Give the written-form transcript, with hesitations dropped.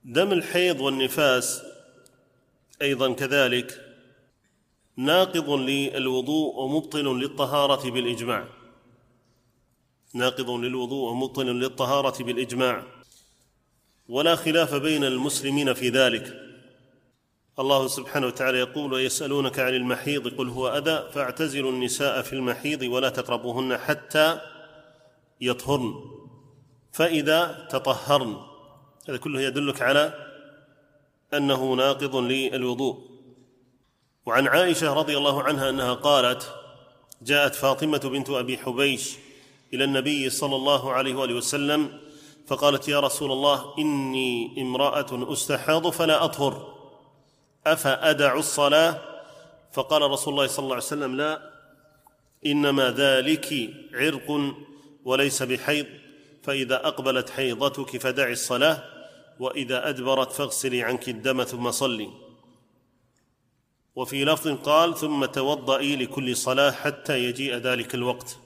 دم الحيض والنفاس أيضا كذلك ناقض للوضوء ومبطل للطهارة بالإجماع، ناقض للوضوء ومبطل للطهارة بالإجماع، ولا خلاف بين المسلمين في ذلك. الله سبحانه وتعالى يقول: ويسألونك عن المحيض قل هو أذى فاعتزلوا النساء في المحيض ولا تقربوهن حتى يطهرن فإذا تطهرن. هذا كله يدلك على أنه ناقض للوضوء. وعن عائشة رضي الله عنها أنها قالت: جاءت فاطمة بنت أبي حبيش إلى النبي صلى الله عليه وآله وسلم فقالت: يا رسول الله، إني امرأة أستحاض فلا أطهر، أفأدع الصلاة؟ فقال رسول الله صلى الله عليه وسلم: لا، إنما ذلك عرق وليس بحيض، فإذا أقبلت حيضتك فدعي الصلاة، وإذا أدبرت فاغسلي عنك الدم ثم صلي. وفي لفظ قال: ثم توضئي لكل صلاة حتى يجيء ذلك الوقت.